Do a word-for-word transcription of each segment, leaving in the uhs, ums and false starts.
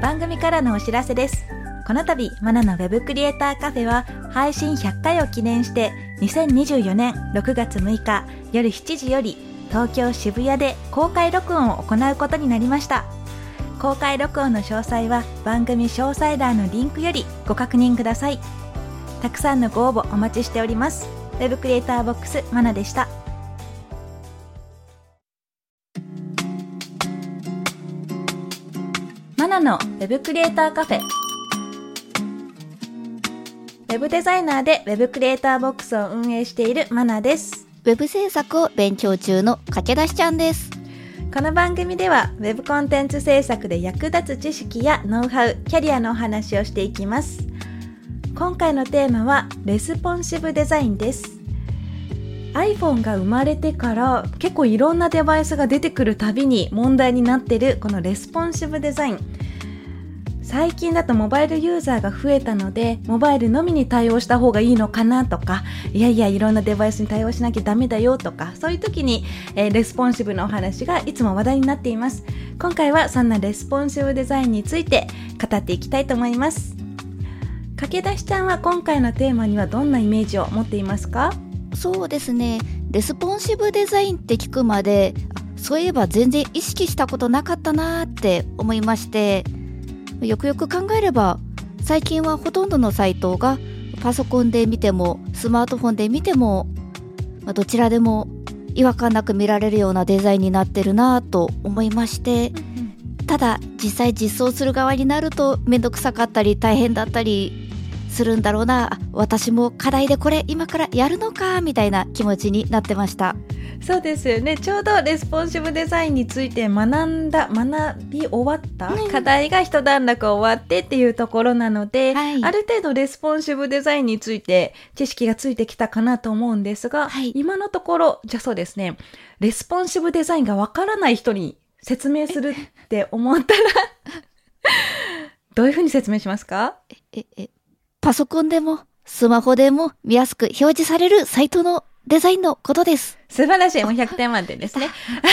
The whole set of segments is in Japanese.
番組からのお知らせです。この度マナのウェブクリエイターカフェは配信ひゃっかいを記念してにせんにじゅうよねんろくがつむいか夜しちじより東京渋谷で公開録音を行うことになりました。公開録音の詳細は番組詳細欄のリンクよりご確認ください。たくさんのご応募お待ちしております。ウェブクリエイターボックスマナでした。マナのウェブクリエイターカフェ。ウェブデザイナーでウェブクリエイターボックスを運営しているマナです。 ウェブ制作を勉強中の駆け出しちゃんです。 この番組ではウェブコンテンツ制作で役立つ知識やノウハウ、キャリアのお話をしていきます。今回のテーマはレスポンシブデザインです。 iPhone が生まれてから結構いろんなデバイスが出てくるたびに問題になっているこのレスポンシブデザイン。最近だとモバイルユーザーが増えたのでモバイルのみに対応した方がいいのかなとか、いやいやいろんなデバイスに対応しなきゃダメだよとか、そういう時に、えー、レスポンシブのお話がいつも話題になっています。今回はそんなレスポンシブデザインについて語っていきたいと思います。駆け出しちゃんは今回のテーマにはどんなイメージを持っていますか？ そうですね、レスポンシブデザインって聞くまで、そういえば全然意識したことなかったなって思いまして、よくよく考えれば最近はほとんどのサイトがパソコンで見てもスマートフォンで見てもどちらでも違和感なく見られるようなデザインになってるなと思いまして、ただ実際実装する側になるとめんどくさかったり大変だったりするんだろうな、私も課題でこれ今からやるのかみたいな気持ちになってました。 そうですよね。ちょうどレスポンシブデザインについて学んだ学び終わった、うん、課題が一段落終わってっていうところなので、はい、ある程度レスポンシブデザインについて知識がついてきたかなと思うんですが、はい、今のところじゃあそうですね、レスポンシブデザインがわからない人に説明するって思ったらどういうふうに説明しますか？ ええパソコンでもスマホでも見やすく表示されるサイトのデザインのことです。 素晴らしい。もうひゃくてん満点ですね。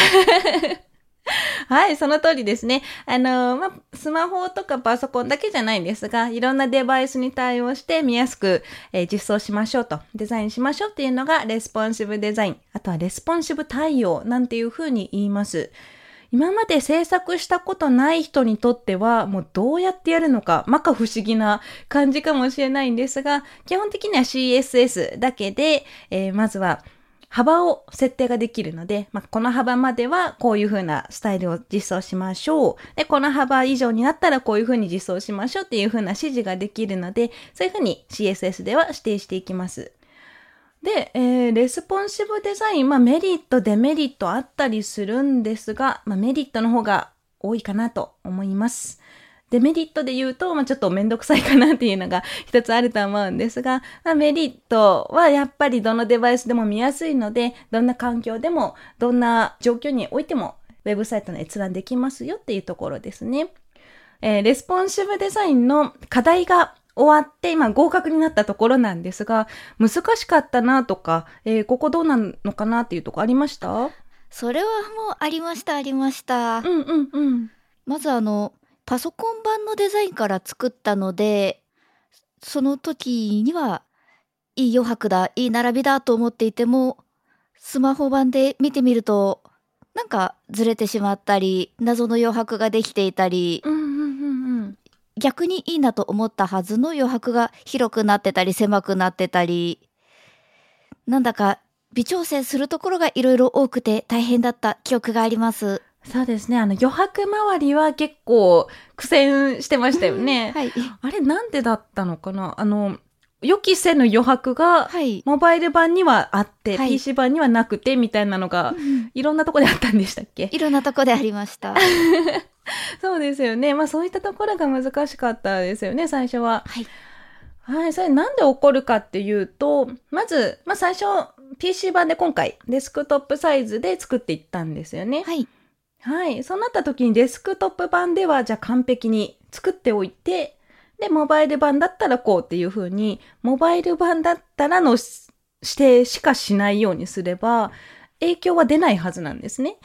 はい、その通りですね。あの、ま、スマホとかパソコンだけじゃないんですが、いろんなデバイスに対応して見やすく、えー、実装しましょうと、デザインしましょうっていうのがレスポンシブデザイン。あとはレスポンシブ対応なんていうふうに言います。今まで制作したことない人にとってはもうどうやってやるのか摩訶不思議な感じかもしれないんですが、基本的には シーエスエス だけで、えー、まずは幅を設定ができるので、まあ、この幅まではこういう風なスタイルを実装しましょう。で、この幅以上になったらこういう風に実装しましょうっていう風な指示ができるので、そういう風に シーエスエス では指定していきます。で、えー、レスポンシブデザイン、まあメリット、デメリットあったりするんですが、まあメリットの方が多いかなと思います。デメリットで言うと、まあちょっとめんどくさいかなっていうのが一つあると思うんですが、まあ、メリットはやっぱりどのデバイスでも見やすいので、どんな環境でも、どんな状況においても、ウェブサイトの閲覧できますよっていうところですね。えー、レスポンシブデザインの課題が終わって今合格になったところなんですが、難しかったなとか、えー、ここどうなのかなっていうとこありました？ それはもうありましたありました。 うんうんうん。 まずあのパソコン版のデザインから作ったので、その時にはいい余白だ、いい並びだと思っていても、スマホ版で見てみるとなんかずれてしまったり、謎の余白ができていたり、 うんうんうんうん、 逆にいいなと思ったはずの余白が広くなってたり狭くなってたり、なんだか微調整するところがいろいろ多くて大変だった記憶があります。 そうですね。あの余白周りは結構苦戦してましたよね。 はい、 あれなんでだったのかな。あの予期せぬ余白がモバイル版にはあって、はい、ピーシー 版にはなくてみたいなのが、うん、いろんなとこであったんでしたっけ？ いろんなとこでありましたそうですよね。まあそういったところが難しかったですよね、最初は。 はい。 はい、それなんで起こるかっていうと、まず、まあ最初 ピーシー 版で今回デスクトップサイズで作っていったんですよね。 はい。 はい。そうなった時にデスクトップ版ではじゃあ完璧に作っておいて、で、モバイル版だったらこうっていう風に、モバイル版だったらの指定しかしないようにすれば、影響は出ないはずなんですね。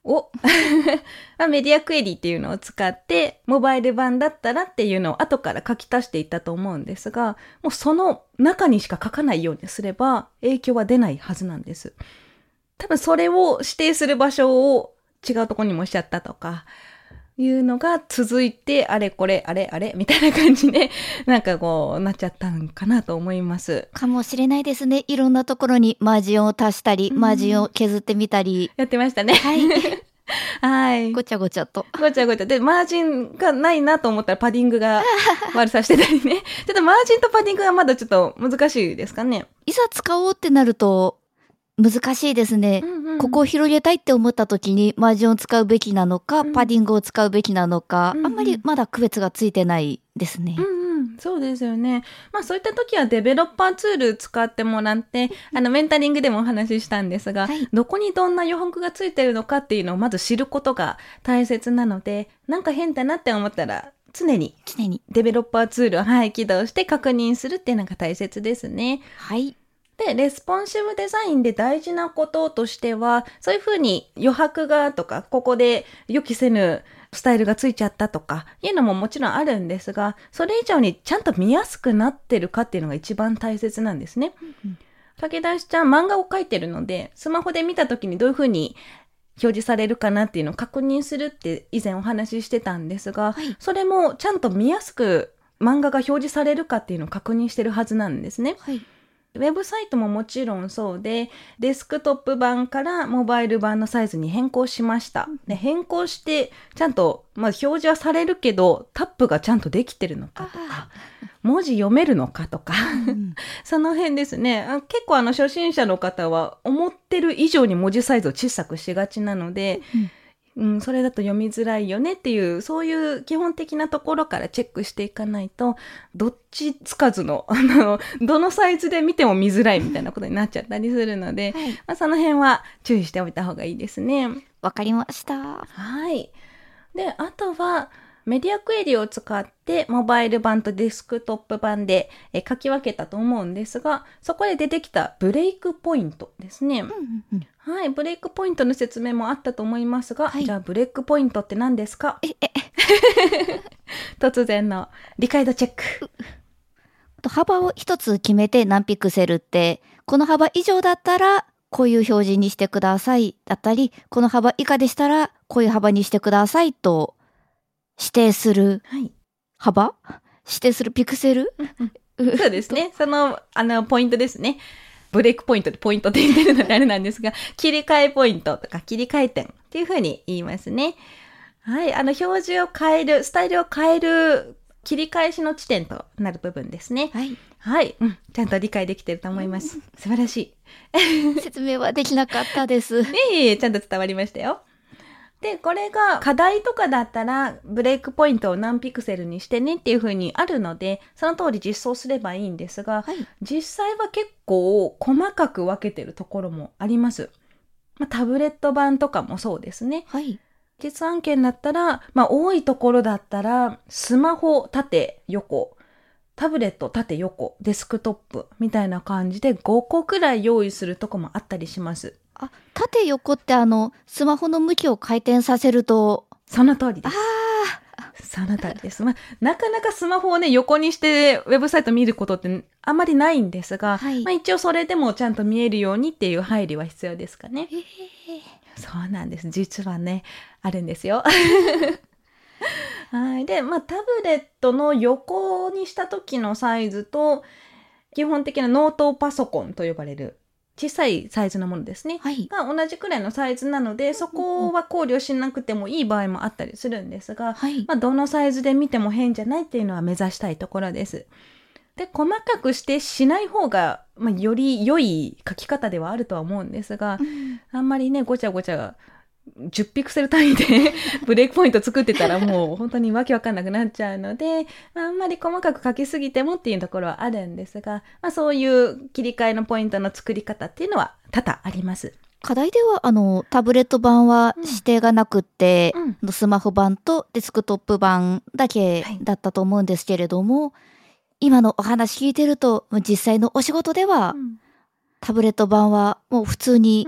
おまあメディアクエリっていうのを使って、モバイル版だったらっていうのを後から書き足していったと思うんですが、もうその中にしか書かないようにすれば影響は出ないはずなんです。多分それを指定する場所を違うところにもしちゃったとか、いうのが続いて、あれこれ、あれあれみたいな感じで、なんかこうなっちゃったんかなと思います。 かもしれないですね。いろんなところにマージンを足したり、マージンを削ってみたり。 やってましたね。 はい。 はい。 ごちゃごちゃと。 ごちゃごちゃ。で、マージンがないなと思ったらパディングが悪さしてたりね。ちょっとマージンとパディングがまだちょっと難しいですかね。 いざ使おうってなると、難しいですね、うんうん。ここを広げたいって思った時にマージンを使うべきなのか、うん、パディングを使うべきなのか、うんうん、あんまりまだ区別がついてないですね。 うんうん、そうですよね。まあそういった時はデベロッパーツール使ってもらって、あのメンタリングでもお話ししたんですが、はい、どこにどんな余白がついているのかっていうのをまず知ることが大切なので、なんか変だなって思ったら常に常にデベロッパーツールを、はい、起動して確認するっていうのが大切ですね。 はい。 で、レスポンシブデザインで大事なこととしては、そういうふうに余白がとか、ここで予期せぬスタイルがついちゃったとか、いうのももちろんあるんですが、それ以上にちゃんと見やすくなってるかっていうのが一番大切なんですね。うん、駆け出しちゃん漫画を描いてるので、スマホで見た時にどういうふうに表示されるかなっていうのを確認するって以前お話ししてたんですが、はい、それもちゃんと見やすく漫画が表示されるかっていうのを確認してるはずなんですね。はい、ウェブサイトももちろんそうで、デスクトップ版からモバイル版のサイズに変更しました。で、変更して、ちゃんと、まあ、表示はされるけど、タップがちゃんとできてるのかとか、文字読めるのかとか、うん、その辺ですね。結構あの初心者の方は思ってる以上に文字サイズを小さくしがちなので、うんうん、それだと読みづらいよねっていう、そういう基本的なところからチェックしていかないと、どっちつかずの、あの、どのサイズで見ても見づらいみたいなことになっちゃったりするので、はい、まあ、その辺は注意しておいた方がいいですね。 わかりました。 はい。で、あとは、メディアクエリを使ってモバイル版とデスクトップ版でえ書き分けたと思うんですが、そこで出てきたブレイクポイントですね。うんうんうん、はい、ブレイクポイントの説明もあったと思いますが、はい、じゃあブレイクポイントって何ですか？ええ突然の理解度チェック。 幅を一つ決めて何ピクセルって、この幅以上だったらこういう表示にしてくださいだったり、この幅以下でしたらこういう幅にしてくださいと指定する幅、はい、指定するピクセルそうですね。その、あの、ポイントですね。ブレイクポイントでポイントって言ってるのであれなんですが、切り替えポイントとか切り替え点っていう風に言いますね。はい。あの、表示を変える、スタイルを変える切り返しの地点となる部分ですね。はい。はい。うん。ちゃんと理解できてると思います。素晴らしい。説明はできなかったです。 いえいえ、ちゃんと伝わりましたよ。で、これが課題とかだったらブレイクポイントを何ピクセルにしてねっていう風にあるので、その通り実装すればいいんですが、はい、実際は結構細かく分けてるところもあります。まあ、タブレット版とかもそうですね。はい。実案件だったら、まあ多いところだったらスマホ縦横、タブレット縦横、デスクトップみたいな感じでごこくらい用意するとこもあったりします。 あ、縦横ってあのスマホの向きを回転させると。 その通りです。 ああ、 その通りです。まあ、なかなかスマホをね横にしてウェブサイト見ることってあんまりないんですが、はい、まあ、一応それでもちゃんと見えるようにっていう配慮は必要ですかね。へー、そうなんです。実はねあるんですよ。はい。で、まあタブレットの横にした時のサイズと基本的なノートパソコンと呼ばれる小さいサイズのものですね、はい、が同じくらいのサイズなので、そこは考慮しなくてもいい場合もあったりするんですが、はい、まあ、どのサイズで見ても変じゃないっていうのは目指したいところです。で、細かくしてしない方が、まあ、より良い書き方ではあるとは思うんですが、うん、あんまりねごちゃごちゃじゅうピクセル単位でブレイクポイント作ってたらもう本当にわけわかんなくなっちゃうので、あんまり細かく書きすぎてもっていうところはあるんですが、まあ、そういう切り替えのポイントの作り方っていうのは多々あります。 課題ではあのタブレット版は指定がなくって、うんうん、スマホ版とデスクトップ版だけだったと思うんですけれども、はい、今のお話聞いてると実際のお仕事では、うん、タブレット版はもう普通に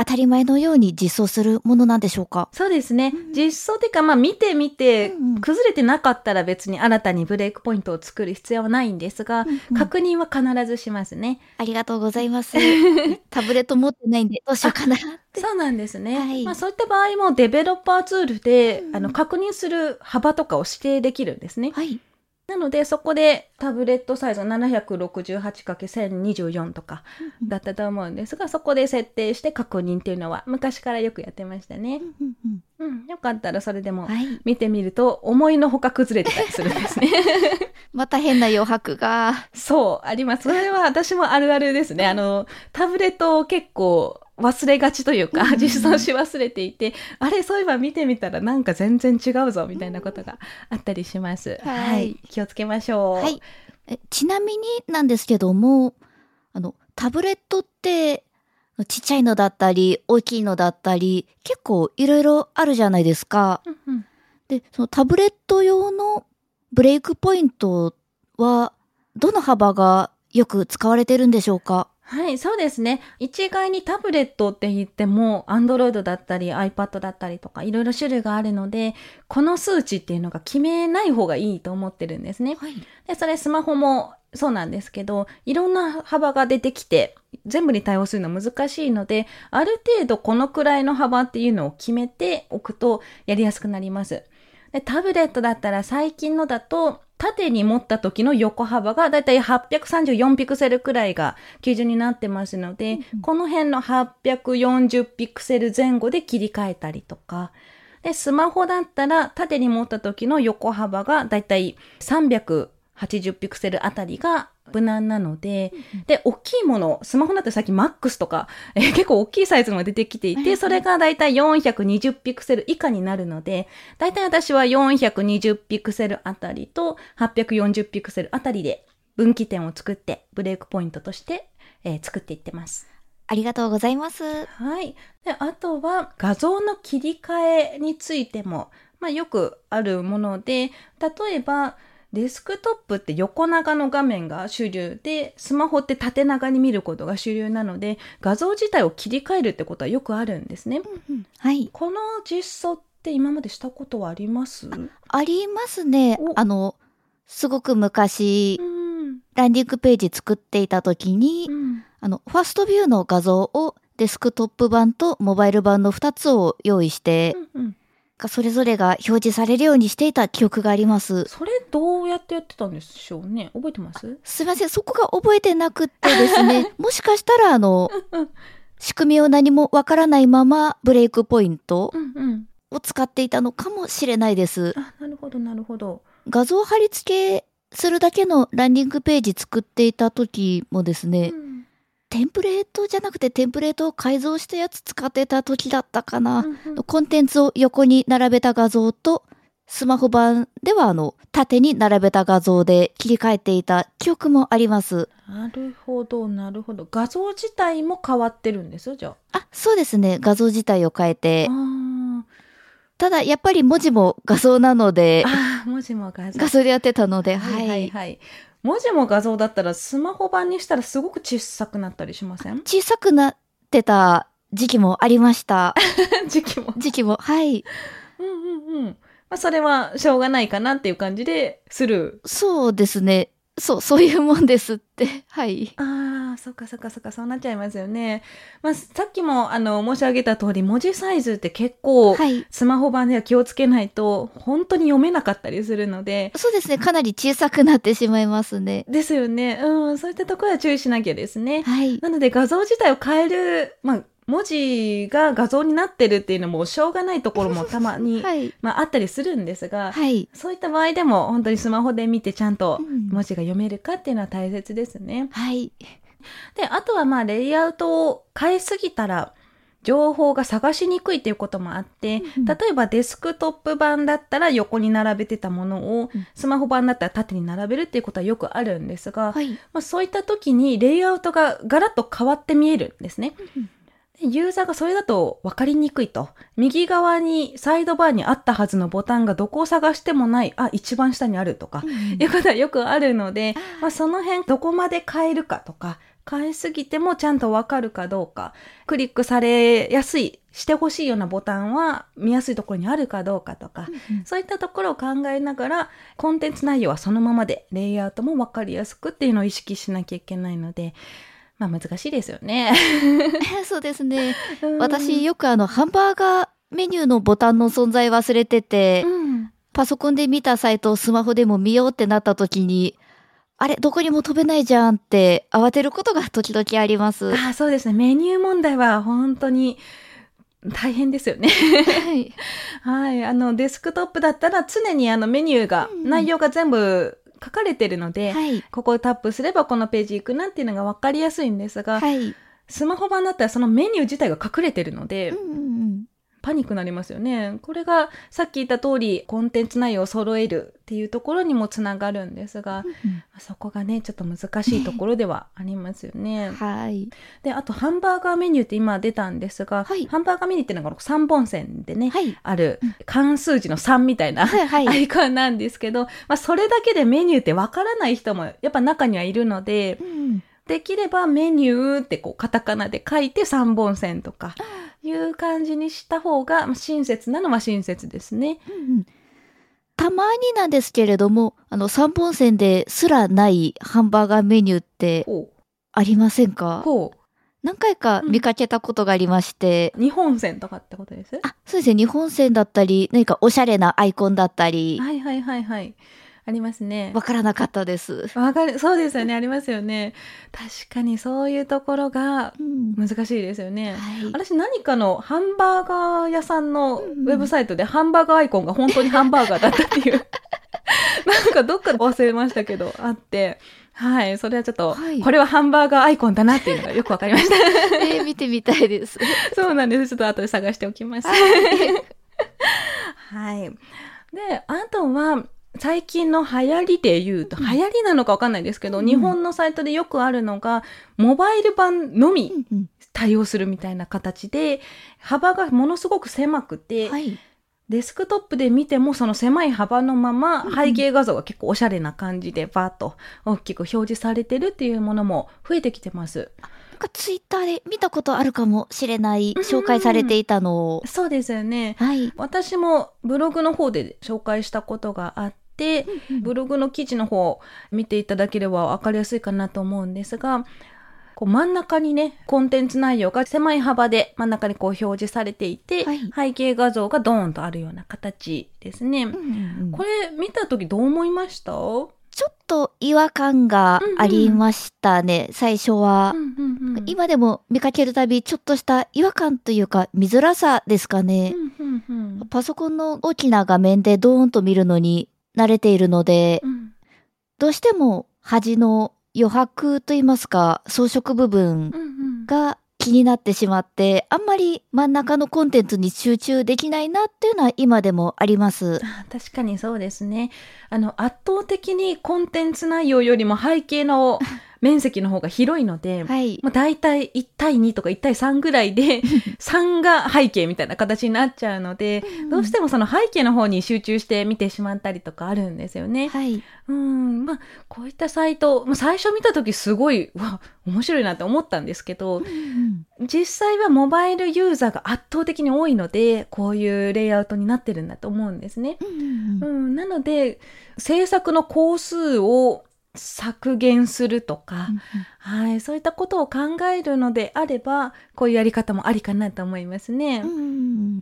当たり前のように実装するものなんでしょうか？ そうですね。 うん実装っていうか、まあ見てみて、 うんうん崩れてなかったら別に新たにブレイクポイントを作る必要はないんですが、 うんうん確認は必ずしますね。 ありがとうございます。タブレット持ってないんでどうしようかなって。 そうなんですね。 はいまあそういった場合もデベロッパーツールで、 うんあの確認する幅とかを指定できるんですね。 はい。 なのでそこでタブレットサイズ ななひゃくろくじゅうはちかけるせんにじゅうよん とかだったと思うんですが、そこで設定して確認っていうのは昔からよくやってましたね。 うんうんうん、よかったらそれでもうんはい。 見てみると思いのほか崩れてたりするんですね。 また変な余白が。 そう、あります。それは私もあるあるですね。あの、タブレットを結構忘れがちというか、 うんうん実装し忘れていて、あれ、そういえば見てみたらなんか全然違うぞ、みたいなことがあったりします。 はいはい。気をつけましょう。 はい。えちなみになんですけども、あの、タブレットってちっちゃいのだったり、大きいのだったり、結構いろいろあるじゃないですか。 うんうん。 で、そのタブレット用のブレイクポイントは、どの幅がよく使われてるんでしょうか？ はい、そうですね。一概にタブレットって言っても、Android だったり iPad だったりとか、いろいろ種類があるので、この数値っていうのが決めない方がいいと思ってるんですね。 はい。 で、それスマホもそうなんですけど、いろんな幅が出てきて、全部に対応するの難しいので、ある程度このくらいの幅っていうのを決めておくとやりやすくなります。で、タブレットだったら最近のだと、縦に持った時の横幅がだいたいはっぴゃくさんじゅうよんピクセルくらいが基準になってますので、 うんうんこの辺のはっぴゃくよんじゅうピクセル前後で切り替えたりとか、で、スマホだったら縦に持った時の横幅がだいたいさんびゃくはちじゅうピクセルあたりが無難なので、で、大きいもの、スマホだってさっきマックスとか、えー結構大きいサイズも出てきていて、それがだいたいよんひゃくにじゅうピクセル以下になるので、だいたい私はよんひゃくにじゅうピクセルあたりとはっぴゃくよんじゅうピクセルあたりで分岐点を作ってブレイクポイントとして、えー作っていってます。 ありがとうございます。 はい。で、あとは画像の切り替えについても、まあよくあるもので、例えばデスクトップって横長の画面が主流で、スマホって縦長に見ることが主流なので、画像自体を切り替えるってことはよくあるんですね。 はい。 この実装って今までしたことはあります？ ありますねお。 あの、すごく昔、 うん。 ランディングページ作っていた時に、 うん。 あの、ファーストビューの画像をデスクトップ版とモバイル版のふたつを用意して、 うんうんそれぞれが表示されるようにしていた記憶があります。 それどうやってやってたんでしょうね。覚えてます？ すいません、そこが覚えてなくってですね、もしかしたらあの、仕組みを何もわからないままブレイクポイントうんうん。 を使っていたのかもしれないです。 あ、なるほどなるほど。 画像貼り付けするだけのランディングページ作っていた時もですね、 うんテンプレートじゃなくてテンプレートを改造したやつ使ってた時だったかな。 うんうんコンテンツを横に並べた画像と、スマホ版ではあの、縦に並べた画像で切り替えていた記憶もあります。 なるほどなるほど。画像自体も変わってるんですよ、じゃあ、そうですね。画像自体を変えてあ。。あただ、やっぱり文字も画像なのでー、あー、文字も画像。 画像でやってたので、 はいはい。 はいはい。文字も画像だったらスマホ版にしたらすごく小さくなったりしません？ 小さくなってた時期もありました。 時期も。 時期も、はい。 うんうんうん。まあそれはしょうがないかなっていう感じでスルー。 そうですね。そう、そういうもんですって。はい。 ああ、そっかそっかそっか、そうなっちゃいますよね。まあさっきもあの申し上げた通り、文字サイズって結構、 はい。 スマホ版では気をつけないと本当に読めなかったりするので。 そうですね。かなり小さくなってしまいますね。 ですよね。うん、そういったところは注意しなきゃですね。 はい。 なので画像自体を変える、まあ文字が画像になってるっていうのもしょうがないところもたまに、 はい。 まああったりするんですが、 はい。 そういった場合でも本当にスマホで見てちゃんとうん文字が読めるかっていうのは大切ですね。 はい。 で、あとはまあレイアウトを変えすぎたら情報が探しにくいっていうこともあって、 うん例えばデスクトップ版だったら横に並べてたものを、 うんスマホ版だったら縦に並べるっていうことはよくあるんですが、 はい。 まあ、そういった時にレイアウトがガラッと変わって見えるんですね。 うんユーザーがそれだと分かりにくいと。右側にサイドバーにあったはずのボタンがどこを探してもない、あ、一番下にあるとか、うん、いうことはよくあるので、まあ、その辺どこまで変えるかとか、変えすぎてもちゃんと分かるかどうか、クリックされやすい、してほしいようなボタンは見やすいところにあるかどうかとか、うんうん、そういったところを考えながら、コンテンツ内容はそのままで、レイアウトも分かりやすくっていうのを意識しなきゃいけないので、まあ難しいですよね。 そうですね。私よくあのハンバーガーメニューのボタンの存在忘れてて、うん、パソコンで見たサイトをスマホでも見ようってなった時に、あれどこにも飛べないじゃんって慌てることが時々あります。 あ、そうですね。メニュー問題は本当に大変ですよね。はい。はい。あのデスクトップだったら常にあのメニューが、うん、内容が全部書かれてるので、はい、ここをタップすればこのページ行くなっていうのが分かりやすいんですが、はい、スマホ版だったらそのメニュー自体が隠れてるので、うんうんうん、パニックになりますよね。これがさっき言った通りコンテンツ内容を揃えるっていうところにもつながるんですが、うんうん、そこがねちょっと難しいところではありますよね。 はい。 で、あとハンバーガーメニューって今出たんですが、はい、ハンバーガーメニューっていうのがさんぼん線でね、はい、ある漢数字のさんみたいな、はいはい、アイコンなんですけど、まあ、それだけでメニューってわからない人もやっぱ中にはいるので、うん、できればメニューってこうカタカナで書いてさんぼん線とかいう感じにした方が親切なのは親切ですね。 うんうん、たまになんですけれども、あのさんぼん線ですらないハンバーガーメニューってありませんか？ ほう。 何回か見かけたことがありまして。 にほん線とかってことです？ あ、そうですね。にほん線だったり、何かおしゃれなアイコンだったり。 はいはいはいはい。ありますね。 わからなかったです。 わかる。そうですよね。ありますよね。確かにそういうところが難しいですよね。うん、はい、私何かのハンバーガー屋さんのウェブサイトでハンバーガーアイコンが本当にハンバーガーだったっていう、なんかどっかで忘れましたけど、あって、はい、それはちょっと、はい、これはハンバーガーアイコンだなっていうのがよくわかりました。 えー、見てみたいです。 そうなんです。ちょっと後で探しておきます。はい。で、あとは、最近の流行りで言うと、うん、流行りなのかわかんないですけど、うん、日本のサイトでよくあるのが、モバイル版のみ対応するみたいな形で、幅がものすごく狭くて、はい、デスクトップで見てもその狭い幅のまま背景画像が結構おしゃれな感じでバーッと大きく表示されてるっていうものも増えてきてます。 なんかツイッターで見たことあるかもしれない、紹介されていたのを。 そうですよね。はい。私もブログの方で紹介したことがあって、うんうん、ブログの記事の方見ていただければ分かりやすいかなと思うんですが、こう真ん中にね、コンテンツ内容が狭い幅で真ん中にこう表示されていて、はい、背景画像がドーンとあるような形ですね。うんうんうん、これ見たときどう思いました？ちょっと違和感がありましたね、うんうん、最初は、うんうんうん。今でも見かけるたびちょっとした違和感というか見づらさですかね。うんうんうん、パソコンの大きな画面でドーンと見るのに慣れているので、うん、どうしても端の余白といいますか装飾部分が気になってしまって、うんうん、あんまり真ん中のコンテンツに集中できないなっていうのは今でもあります。 あ、確かにそうですね。あの圧倒的にコンテンツ内容よりも背景の面積の方が広いので、はい、まあ、だいたいいち対にとかいち対さんぐらいでさんが背景みたいな形になっちゃうので、うん、どうしてもその背景の方に集中して見てしまったりとかあるんですよね。はい、うん、まあ、こういったサイト、まあ、最初見た時すごいわ面白いなって思ったんですけど、うん、実際はモバイルユーザーが圧倒的に多いのでこういうレイアウトになってるんだと思うんですね。うんうんうん、なので制作の工数を削減するとか、うんうん、はい、そういったことを考えるのであればこういうやり方もありかなと思いますね。うんうん、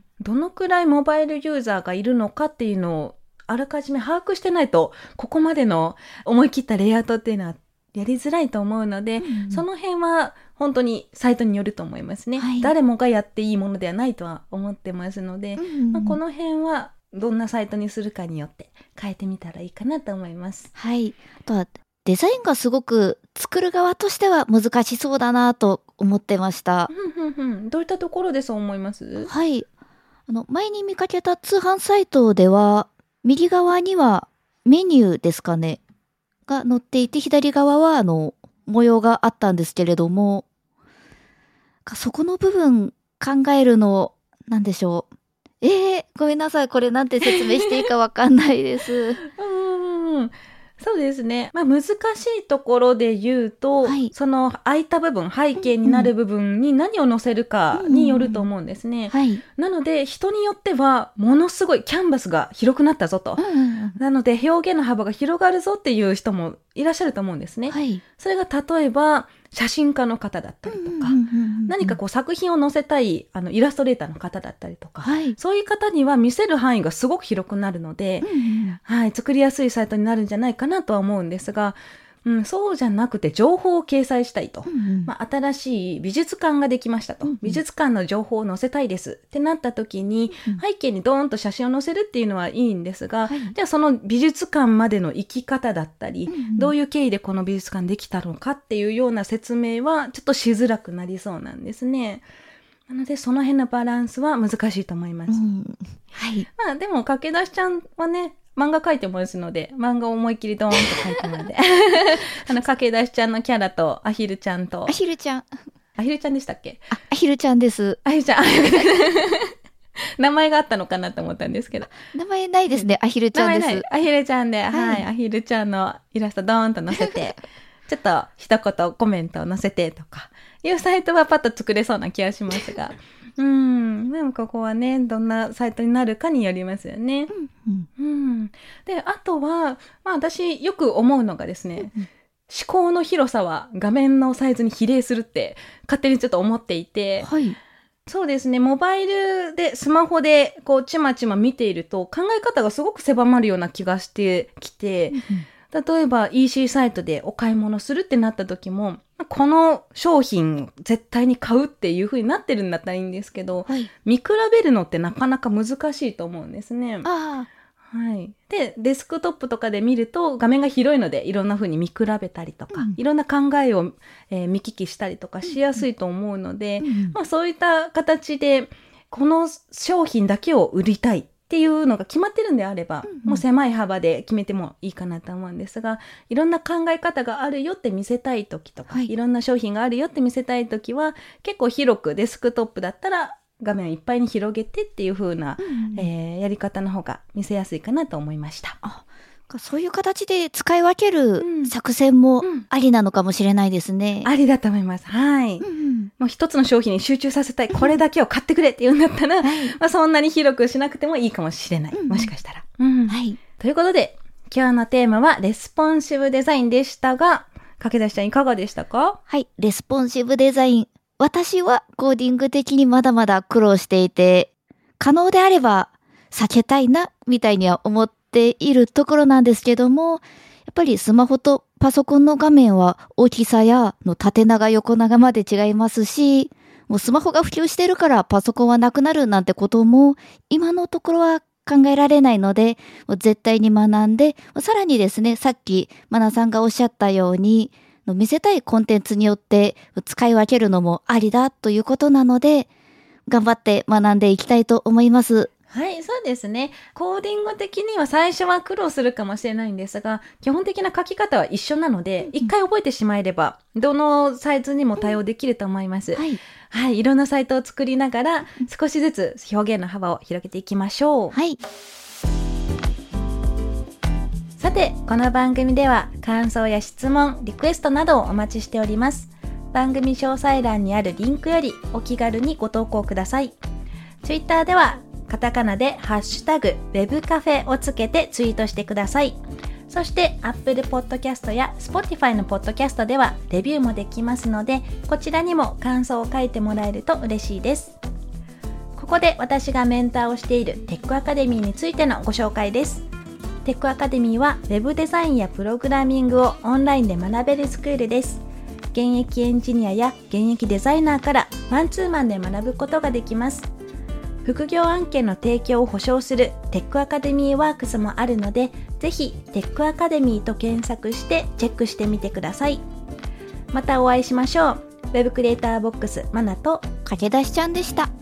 どのくらいモバイルユーザーがいるのかっていうのをあらかじめ把握してないとここまでの思い切ったレイアウトっていうのはやりづらいと思うので、うんうん、その辺は本当にサイトによると思いますね。はい、誰もがやっていいものではないとは思ってますので、うんうん、まあ、この辺はどんなサイトにするかによって変えてみたらいいかなと思います。 はい。あとはデザインがすごく作る側としては難しそうだなと思ってました。 うんうんうん、どういったところでそう思います？ はい。あの前に見かけた通販サイトでは右側にはメニューですかねが載っていて、左側はあの模様があったんですけれども、 そこの部分考えるの、なんでしょう。えー、ごめんなさい。これなんて説明していいかわかんないです。 うん。そうですね。まあ難しいところで言うと、はい、その空いた部分、背景になる部分に何を載せるかによると思うんですね。 うんうんうん、はい、 なので人によってはものすごいキャンバスが広くなったぞと。うんうんうん、なので表現の幅が広がるぞっていう人もいらっしゃると思うんですね。はい、それが例えば写真家の方だったりとか、何かこう作品を載せたいあのイラストレーターの方だったりとか、はい、そういう方には見せる範囲がすごく広くなるので、うんうん、はい、作りやすいサイトになるんじゃないかなとは思うんですが、うん、そうじゃなくて情報を掲載したいと、うんうんまあ、新しい美術館ができましたと、うんうん、美術館の情報を載せたいですってなった時に、うんうん、背景にドーンと写真を載せるっていうのはいいんですが、はい、じゃあその美術館までの行き方だったり、うんうん、どういう経緯でこの美術館できたのかっていうような説明はちょっとしづらくなりそうなんですね。なのでその辺のバランスは難しいと思います、うんはい、まあでも駆け出しちゃんはね漫画描いてますので、漫画を思いっきりドーンと描いてもらってあの駆け出しちゃんのキャラとアヒルちゃんとアヒルちゃんアヒルちゃんでしたっけ？ あ、アヒルちゃんです。 アヒルちゃん名前があったのかなと思ったんですけど、 名前ないですね。アヒルちゃんです。 名前ない。アヒルちゃんで、はい、はい、アヒルちゃんのイラストドーンと載せてちょっと一言コメントを載せてとかいうサイトはパッと作れそうな気がしますがうん、でもここはね、どんなサイトになるかによりますよね。うんうんうん、で、あとは、まあ私よく思うのがですね、うん、思考の広さは画面のサイズに比例するって勝手にちょっと思っていて、はい、そうですね、モバイルで、スマホでこうちまちま見ていると考え方がすごく狭まるような気がしてきて、うん例えば イーシー サイトでお買い物するってなった時も、この商品絶対に買うっていう風になってるんだったらいいんですけど、はい、見比べるのってなかなか難しいと思うんですね。あはい、で、デスクトップとかで見ると画面が広いのでいろんな風に見比べたりとか、うん、いろんな考えを、えー、見聞きしたりとかしやすいと思うので、うんうん、まあ、そういった形でこの商品だけを売りたいっていうのが決まってるんであれば、うんうん、もう狭い幅で決めてもいいかなと思うんですが、いろんな考え方があるよって見せたい時とか、はい、いろんな商品があるよって見せたい時は結構広くデスクトップだったら画面をいっぱいに広げてっていう風な、うんうんえー、やり方の方が見せやすいかなと思いました。 あ、そういう形で使い分ける作戦もありなのかもしれないですね。 うんうん、ありだと思います。はい。うんうんもう一つの商品に集中させたい、これだけを買ってくれって言うんだったら、はい、まあ、そんなに広くしなくてもいいかもしれない。うん、もしかしたら、うんはい。ということで、今日のテーマはレスポンシブデザインでしたが、駆け出しちゃんいかがでしたか？ はい、レスポンシブデザイン。私はコーディング的にまだまだ苦労していて、可能であれば避けたいな、みたいには思っているところなんですけども、やっぱりスマホとパソコンの画面は大きさやの縦長横長まで違いますし、もうスマホが普及してるからパソコンはなくなるなんてことも今のところは考えられないので、もう絶対に学んで、さらにですね、さっきマナさんがおっしゃったように、見せたいコンテンツによって使い分けるのもありだということなので、頑張って学んでいきたいと思います。 はい、そうですね。コーディング的には最初は苦労するかもしれないんですが、基本的な書き方は一緒なので、一、うん、回覚えてしまえれば、どのサイズにも対応できると思います。うん、はい。はい、いろんなサイトを作りながら、少しずつ表現の幅を広げていきましょう。はい。さて、この番組では感想や質問、リクエストなどをお待ちしております。番組詳細欄にあるリンクよりお気軽にご投稿ください。ツイッターではカタカナでハッシュタグ Web カフェをつけてツイートしてください。そして Apple Podcast や Spotify の Podcast ではレビューもできますので、こちらにも感想を書いてもらえると嬉しいです。ここで私がメンターをしているテックアカデミーについてのご紹介です。テックアカデミーは Web デザインやプログラミングをオンラインで学べるスクールです。現役エンジニアや現役デザイナーからマンツーマンで学ぶことができます。副業案件の提供を保証するテックアカデミーワークスもあるので、ぜひテックアカデミーと検索してチェックしてみてください。またお会いしましょう。ウェブクリエイターボックスマナと駆け出しちゃんでした。